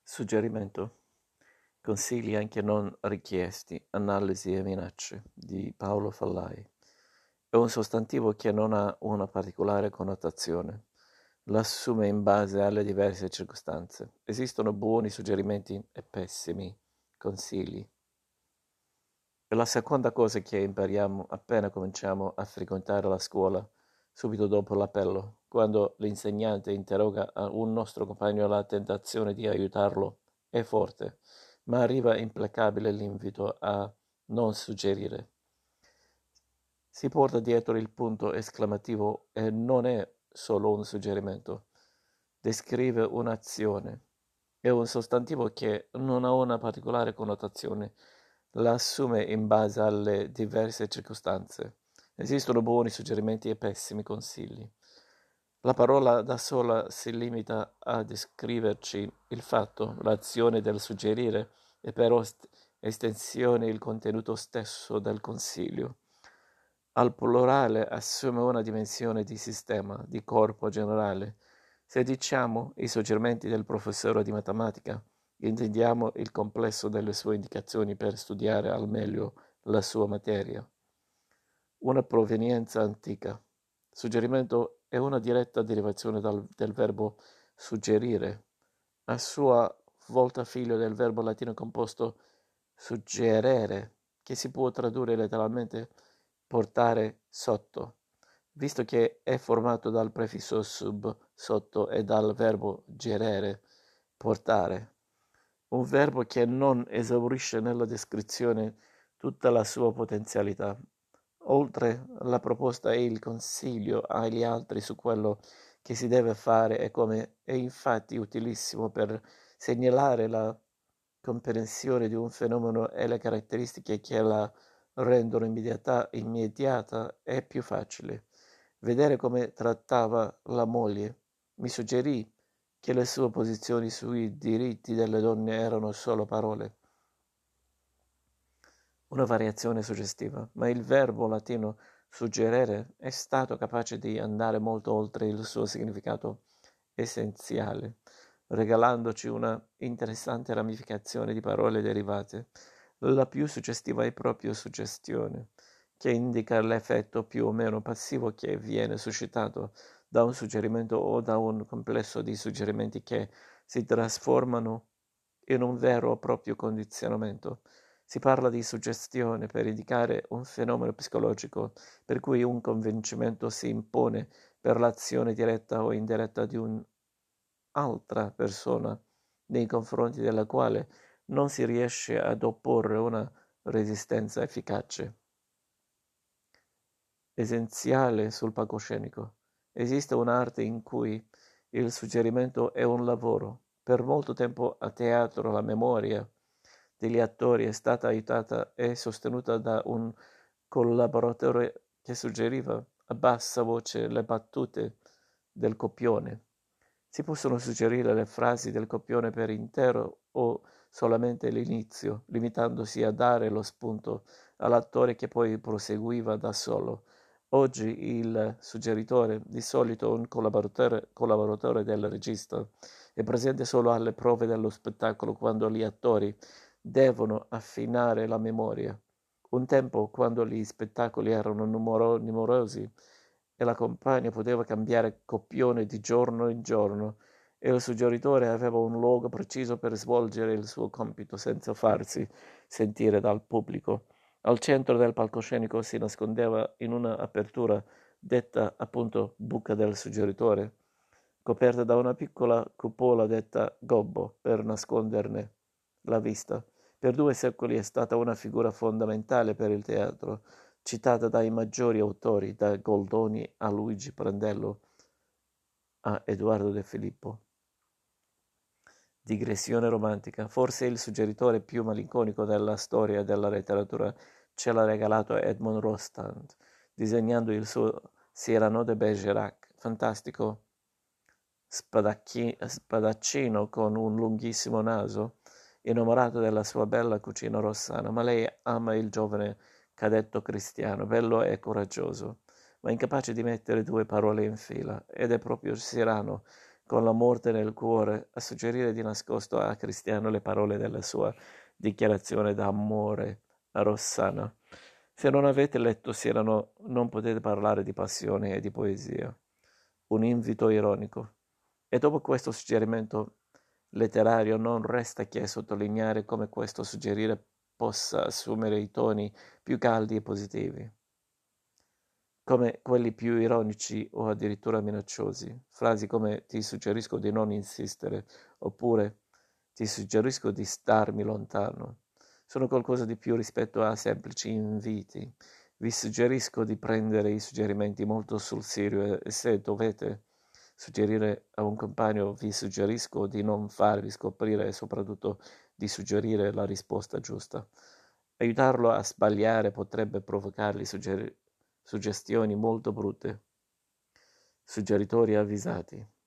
Suggerimento. Consigli anche non richiesti, analisi e minacce di Paolo Fallai. È un sostantivo che non ha una particolare connotazione. L'assume in base alle diverse circostanze. Esistono buoni suggerimenti e pessimi consigli. È la seconda cosa che impariamo appena cominciamo a frequentare la scuola, subito dopo l'appello, quando l'insegnante interroga a un nostro compagno la tentazione di aiutarlo. È forte, ma arriva implacabile l'invito a non suggerire. Si porta dietro il punto esclamativo e non è solo un suggerimento. Descrive un'azione. È un sostantivo che non ha una particolare connotazione, la assume in base alle diverse circostanze. Esistono buoni suggerimenti e pessimi consigli. La parola da sola si limita a descriverci il fatto, l'azione del suggerire, e per estensione il contenuto stesso del consiglio. Al plurale assume una dimensione di sistema, di corpo generale. Se diciamo i suggerimenti del professore di matematica, intendiamo il complesso delle sue indicazioni per studiare al meglio la sua materia. Una provenienza antica. Suggerimento è una diretta derivazione del verbo suggerire, a sua volta figlio del verbo latino composto suggerere, che si può tradurre letteralmente portare sotto, visto che è formato dal prefisso sub, sotto, e dal verbo gerere, portare. Un verbo che non esaurisce nella descrizione tutta la sua potenzialità. Oltre la proposta e il consiglio agli altri su quello che si deve fare e come è infatti utilissimo per segnalare la comprensione di un fenomeno e le caratteristiche che la rendono immediata e più facile. Vedere come trattava la moglie mi suggerì che le sue posizioni sui diritti delle donne erano solo parole. Una variazione suggestiva, ma il verbo latino suggerere è stato capace di andare molto oltre il suo significato essenziale, regalandoci una interessante ramificazione di parole derivate. La più suggestiva è proprio suggestione, che indica l'effetto più o meno passivo che viene suscitato da un suggerimento o da un complesso di suggerimenti che si trasformano in un vero e proprio condizionamento. Si parla di suggestione per indicare un fenomeno psicologico per cui un convincimento si impone per l'azione diretta o indiretta di un'altra persona nei confronti della quale non si riesce ad opporre una resistenza efficace. Essenziale sul palcoscenico. Esiste un'arte in cui il suggerimento è un lavoro. Per molto tempo a teatro la memoria degli attori è stata aiutata e sostenuta da un collaboratore che suggeriva a bassa voce le battute del copione. Si possono suggerire le frasi del copione per intero o solamente l'inizio, limitandosi a dare lo spunto all'attore che poi proseguiva da solo. Oggi il suggeritore, di solito un collaboratore del regista, è presente solo alle prove dello spettacolo quando gli attori devono affinare la memoria. Un tempo, quando gli spettacoli erano numerosi e la compagnia poteva cambiare copione di giorno in giorno, e il suggeritore aveva un luogo preciso per svolgere il suo compito senza farsi sentire dal pubblico. Al centro del palcoscenico si nascondeva in una apertura detta appunto buca del suggeritore, coperta da una piccola cupola detta gobbo per nasconderne la vista. Per 2 secoli è stata una figura fondamentale per il teatro, citata dai maggiori autori, da Goldoni a Luigi Prandello a Edoardo De Filippo. Digressione romantica. Forse il suggeritore più malinconico della storia della letteratura ce l'ha regalato Edmond Rostand, disegnando il suo Cyrano de Bergerac, fantastico spadaccino con un lunghissimo naso, innamorato della sua bella cucina rossana, ma lei ama il giovane cadetto cristiano, bello e coraggioso, ma incapace di mettere 2 parole in fila, ed è proprio Cyrano con la morte nel cuore, a suggerire di nascosto a Cristiano le parole della sua dichiarazione d'amore a Rossana. Se non avete letto Cyrano, non potete parlare di passione e di poesia. Un invito ironico. E dopo questo suggerimento letterario non resta che sottolineare come questo suggerire possa assumere i toni più caldi e positivi, come quelli più ironici o addirittura minacciosi. Frasi come ti suggerisco di non insistere, oppure ti suggerisco di starmi lontano, sono qualcosa di più rispetto a semplici inviti. Vi suggerisco di prendere i suggerimenti molto sul serio e se dovete suggerire a un compagno, vi suggerisco di non farvi scoprire e soprattutto di suggerire la risposta giusta. Aiutarlo a sbagliare potrebbe provocargli suggestioni molto brutte. Suggeritori avvisati.